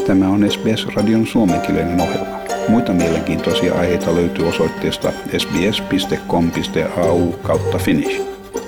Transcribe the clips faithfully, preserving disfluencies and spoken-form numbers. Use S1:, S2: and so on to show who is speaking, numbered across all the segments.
S1: Tämä on S B S-radion suomenkielinen ohjelma. Muita mielenkiintoisia aiheita löytyy osoitteesta sbs piste com piste a u kautta finnish.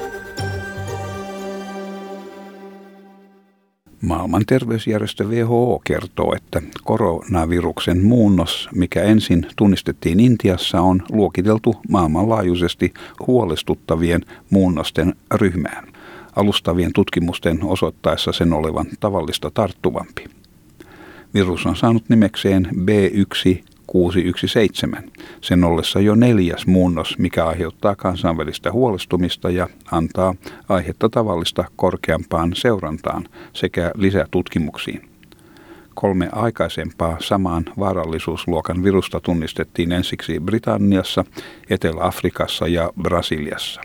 S1: Maailman terveysjärjestö W H O kertoo, että koronaviruksen muunnos, mikä ensin tunnistettiin Intiassa, on luokiteltu maailmanlaajuisesti huolestuttavien muunnosten ryhmään, alustavien tutkimusten osoittaessa sen olevan tavallista tarttuvampi. Virus on saanut nimekseen B yksi kuusi yksi seitsemän, sen ollessa jo neljäs muunnos, mikä aiheuttaa kansainvälistä huolestumista ja antaa aihetta tavallista korkeampaan seurantaan sekä lisätutkimuksiin. Kolme aikaisempaa samaan vaarallisuusluokan virusta tunnistettiin ensiksi Britanniassa, Etelä-Afrikassa ja Brasiliassa.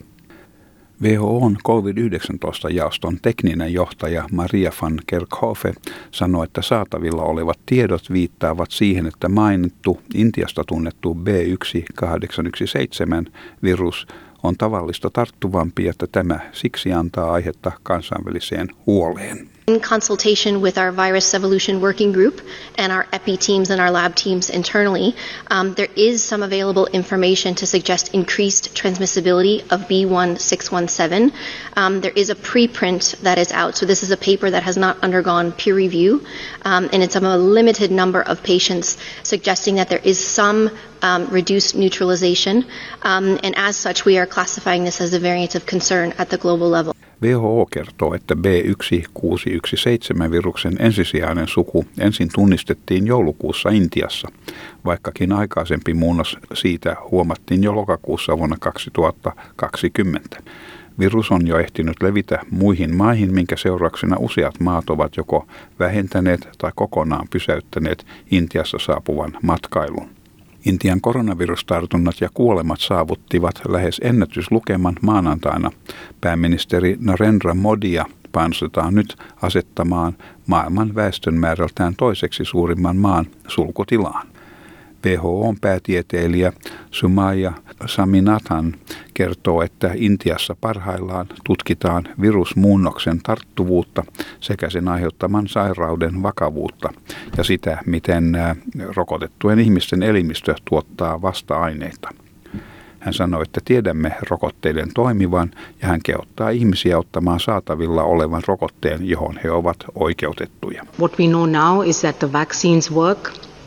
S1: W H O:n covid yhdeksäntoista-jaoston tekninen johtaja Maria van Kerkhove sanoi, että saatavilla olevat tiedot viittaavat siihen, että mainittu Intiasta tunnettu B yksi kahdeksan yksi seitsemän virus on tavallista tarttuvampi, että tämä siksi antaa aihetta kansainväliseen huoleen.
S2: In consultation with our virus evolution working group and our epi teams and our lab teams internally, um, there is some available information to suggest increased transmissibility of B one six one seven. Um, there is a preprint that is out, so this is a paper that has not undergone peer review, um, and it's of a limited number of patients suggesting that there is some um, reduced neutralization, um, and as such we are classifying this as a variant of concern at the global level.
S1: W H O kertoo, että B yksi kuusi yksi seitsemän viruksen ensisijainen suku ensin tunnistettiin joulukuussa Intiassa, vaikkakin aikaisempi muunnos siitä huomattiin jo lokakuussa vuonna kaksituhattakaksikymmentä. Virus on jo ehtinyt levitä muihin maihin, minkä seurauksena useat maat ovat joko vähentäneet tai kokonaan pysäyttäneet Intiassa saapuvan matkailun. Intian koronavirustartunnat ja kuolemat saavuttivat lähes ennätyslukeman maanantaina. Pääministeri Narendra Modia panostetaan nyt asettamaan maailman väestönmäärältään toiseksi suurimman maan sulkutilaan. W H O:n päätieteilijä Sumaya Saminathan kertoo, että Intiassa parhaillaan tutkitaan virusmuunnoksen tarttuvuutta sekä sen aiheuttaman sairauden vakavuutta ja sitä, miten rokotettujen ihmisten elimistö tuottaa vasta-aineita. Hän sanoi, että tiedämme rokotteiden toimivan ja hän kehottaa ihmisiä ottamaan saatavilla olevan rokotteen, johon he ovat oikeutettuja.
S3: What we know now is that the vaccines work.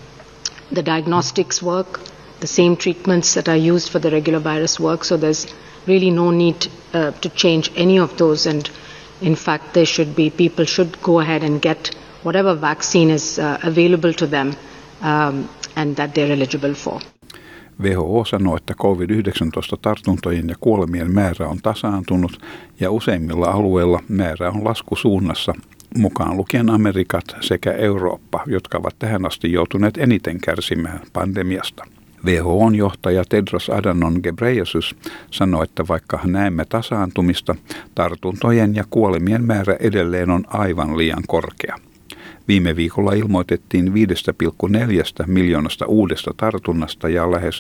S3: The diagnostics work, the same treatments that are used for the regular virus work, so there's really no need uh, to change any of those, and in fact they should be, people should go ahead and get whatever vaccine is uh, available to them um, and that they're eligible for.
S1: W H O sanoo, että covid yhdeksäntoista-tartuntojen ja kuolemien määrä on tasaantunut ja useimmilla alueilla määrä on laskusuunnassa, mukaan lukien Amerikat sekä Eurooppa, jotka ovat tähän asti joutuneet eniten kärsimään pandemiasta. W H O:n johtaja Tedros Adhanom Ghebreyesus sanoi, että vaikka näemme tasaantumista, tartuntojen ja kuolemien määrä edelleen on aivan liian korkea. Viime viikolla ilmoitettiin viisi pilkku neljä miljoonasta uudesta tartunnasta ja lähes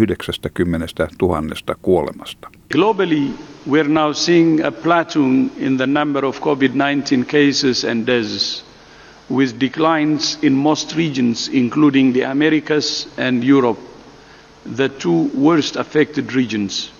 S1: yhdeksänkymmentätuhatta kuolemasta.
S4: Globally, we are now seeing a plateau in the number of covid nineteen cases and deaths, with declines in most regions, including the Americas and Europe, the two worst affected regions.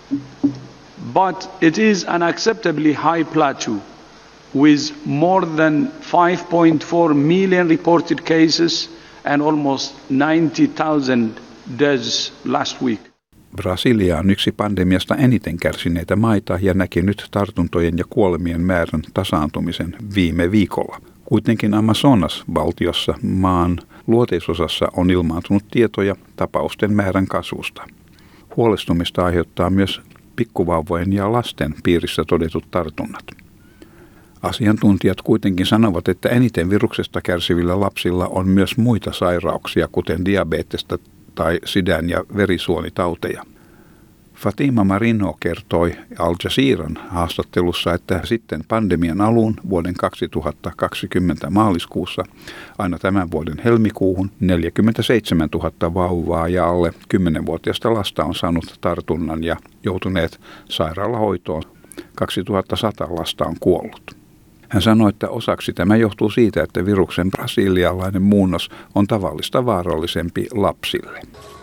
S4: But it is an unacceptably high plateau, with more than five point four million reported cases and almost ninety thousand deaths last week.
S1: Brasilia on yksi pandemiasta eniten kärsineitä maita ja näki nyt tartuntojen ja kuolemien määrän tasaantumisen viime viikolla. Kuitenkin Amazonas-valtiossa maan luoteisosassa on ilmaantunut tietoja tapausten määrän kasvusta. Huolestumista aiheuttaa myös pikkuvauvojen ja lasten piirissä todetut tartunnat. Asiantuntijat kuitenkin sanovat, että eniten viruksesta kärsivillä lapsilla on myös muita sairauksia, kuten diabetesta tai sydän- ja verisuonitauteja. Fatima Marino kertoi Al Jazeeran haastattelussa, että sitten pandemian alun vuoden kaksituhattakaksikymmentä maaliskuussa aina tämän vuoden helmikuuhun neljäkymmentäseitsemäntuhatta vauvaa ja alle kymmenvuotiaista lasta on saanut tartunnan ja joutuneet sairaalahoitoon. kaksituhattasata lasta on kuollut. Hän sanoi, että osaksi tämä johtuu siitä, että viruksen brasilialainen muunnos on tavallista vaarallisempi lapsille.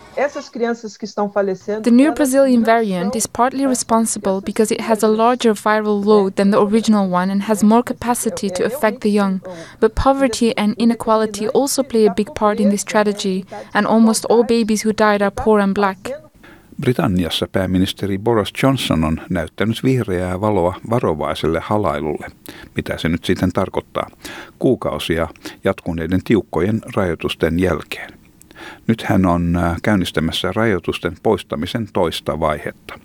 S5: The new Brazilian variant is partly responsible because it has a larger viral load than the original one and has more capacity to affect the young. But poverty and inequality also play a big part in this strategy, and almost all babies who died are poor and black.
S1: Britanniassa pääministeri Boris Johnson on näyttänyt vihreää valoa varovaiselle halailulle, mitä se nyt sitten tarkoittaa, kuukausia jatkuneiden tiukkojen rajoitusten jälkeen. Nyt hän on käynnistämässä rajoitusten poistamisen toista vaihetta.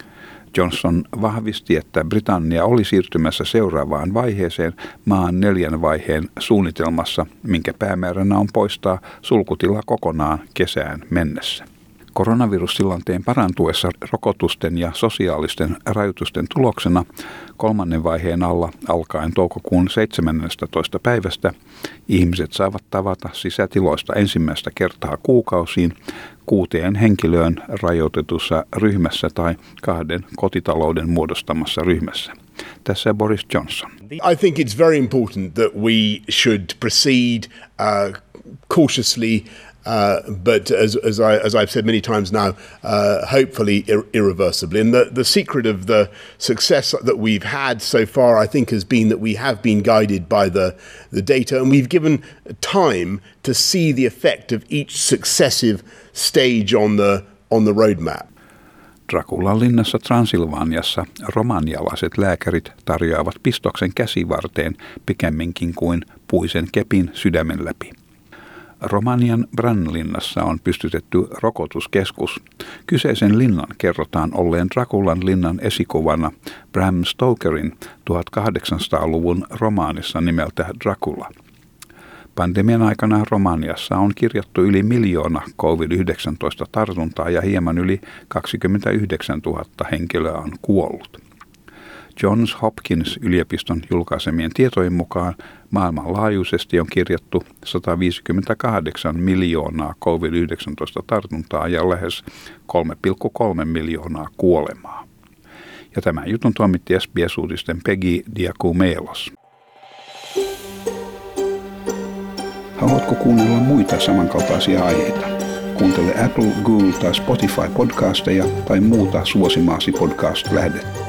S1: Johnson vahvisti, että Britannia oli siirtymässä seuraavaan vaiheeseen maan neljän vaiheen suunnitelmassa, minkä päämääränä on poistaa sulkutila kokonaan kesään mennessä. Koronavirustilanteen parantuessa rokotusten ja sosiaalisten rajoitusten tuloksena kolmannen vaiheen alla alkaen toukokuun seitsemännestätoista päivästä ihmiset saavat tavata sisätiloista ensimmäistä kertaa kuukausiin kuuteen henkilöön rajoitetussa ryhmässä tai kahden kotitalouden muodostamassa ryhmässä. Tässä Boris Johnson.
S6: I think it's very important that we should proceed uh, cautiously. Uh, but as, as, I, as I've said many times now, uh, hopefully ir- irreversibly. And the, the secret of the success that we've had so far, I think, has been that we have been guided by the, the data, and we've given time to see the effect of each successive stage on the, on the roadmap.
S1: Draculan linnassa Transilvaniassa romanialaiset lääkärit tarjoavat pistoksen käsivarteen pikemminkin kuin puisen kepin sydämen läpi. Romanian Bran-linnassa on pystytetty rokotuskeskus. Kyseisen linnan kerrotaan olleen Draculan linnan esikuvana Bram Stokerin tuhatkahdeksansataaluvun romaanissa nimeltä Dracula. Pandemian aikana Romaniassa on kirjattu yli miljoona covid yhdeksäntoista tartuntaa ja hieman yli kaksikymmentäyhdeksäntuhatta henkilöä on kuollut. Johns Hopkins yliopiston julkaisemien tietojen mukaan maailmanlaajuisesti on kirjattu sata viisikymmentäkahdeksan miljoonaa covid yhdeksäntoista tartuntaa ja lähes kolme pilkku kolme miljoonaa kuolemaa. Ja tämän jutun toimitti S B S-uutisten Peggy Diakumelos. Haluatko kuunnella muita samankaltaisia aiheita? Kuuntele Apple, Google tai Spotify podcasteja tai muuta suosimaasi podcast-lähdettä.